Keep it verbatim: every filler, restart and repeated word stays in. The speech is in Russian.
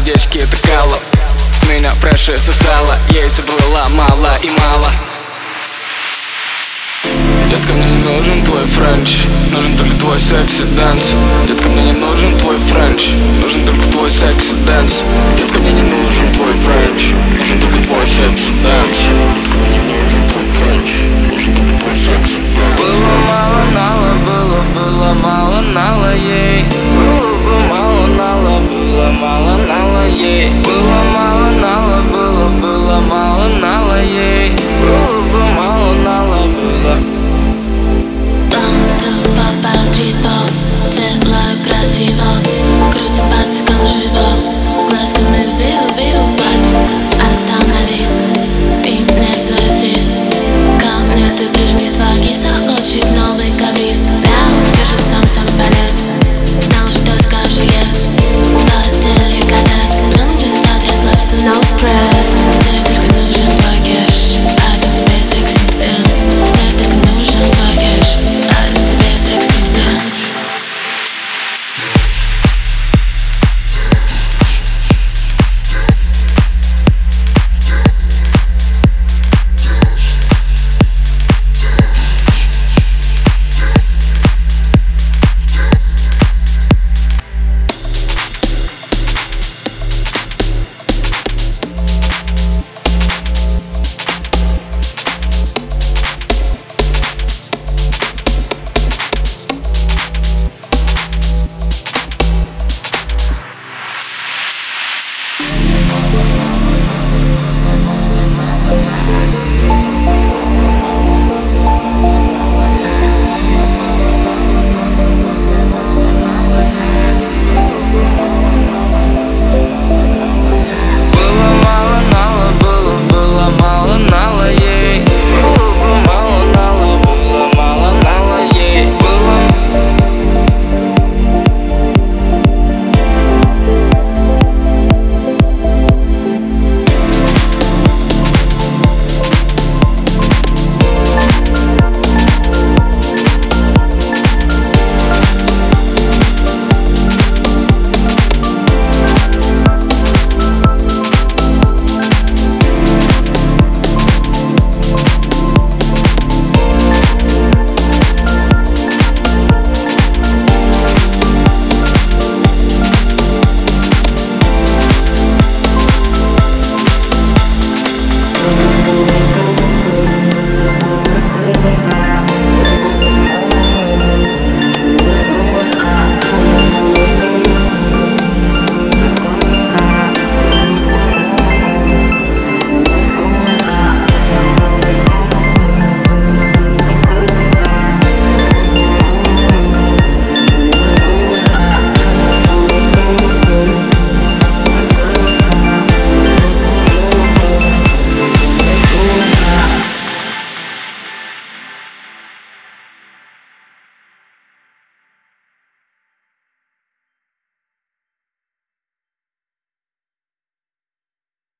сердечки это кало. С меня пресса сосала, ей заплыла мало и мало. Детка, мне не нужен твой френч, нужен только твой секси-дэнс. Детка, мне не нужен твой френч, нужен только твой секси-дэнс. Детка, мне не нужен твой френч, нужен только твой секси-дэнс. Детка, мне не нужен твой френч, нужен только твой секси-дэнс. Было мало нала, было, было мало нала ей. Было бы мало нала, было мало нала ей. Было мало нала, было, было мало нала ей.